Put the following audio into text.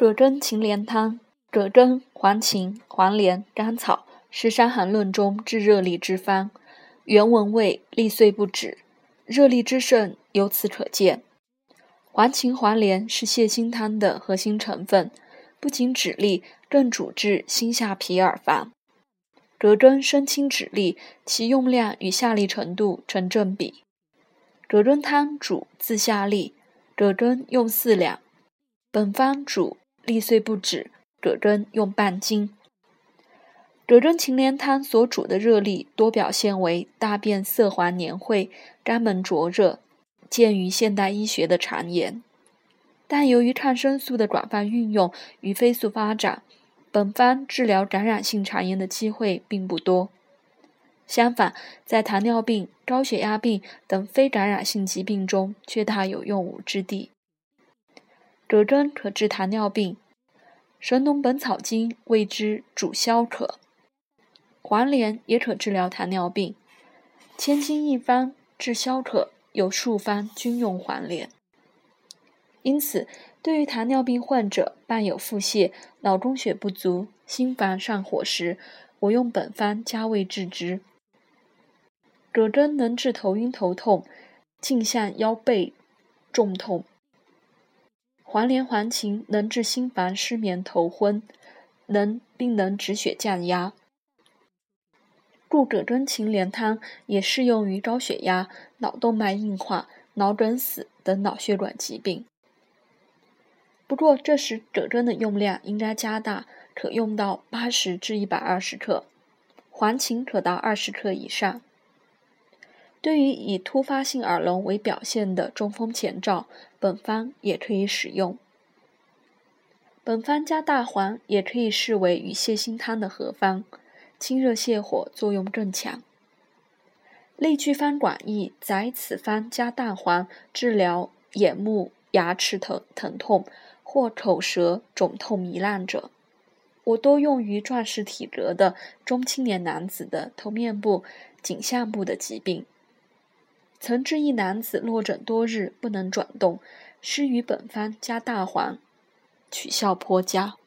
葛针芩连汤。葛针、黄芩、黄连、甘草是《伤寒论》中治热痢之方，原文谓痢虽不止，热痢之盛由此可见。黄芩、黄连是泻心汤的核心成分，不仅止痢，更主治心下痞耳烦。葛针生清止痢，其用量与下痢程度成正比。葛针汤主自下痢，葛针用4两。本方主痢虽不止，葛针用半斤。葛针芩连汤所主的热痢多表现为大便色黄黏秽、肛门灼热，见于现代医学的常言。但由于抗生素的广泛运用与飞速发展，本方治疗感染性肠炎的机会并不多。相反，在糖尿病、高血压病等非感染性疾病中却大有用武之地。葛针可治糖尿病，《神农本草经》谓之主消渴。黄连也可治疗糖尿病，千金一方治消渴，有数方均用黄连。因此，对于糖尿病患者伴有腹泻、脑供血不足、心烦上火时，我用本方加味治之。葛针能治头晕头痛、颈项腰背重痛，黄连黄芩能治心烦失眠头昏，并能止血降压。故葛针芩连汤也适用于高血压、脑动脉硬化、脑梗死等脑血管疾病。不过这时葛针的用量应该加大，可用到80至120克，黄芩可到20克以上。对于以突发性耳聋为表现的中风前兆，本方也可以使用。本方加大黄也可以视为与泻心汤的合方，清热泻火作用更强。例句方广义载此方加大黄治疗眼目、牙齿疼痛或口舌肿痛糜烂者。我多用于壮实体格的中青年男子的头面部、颈项部的疾病。曾治一男子落枕多日不能转动，施于本方加大黄，取效颇佳。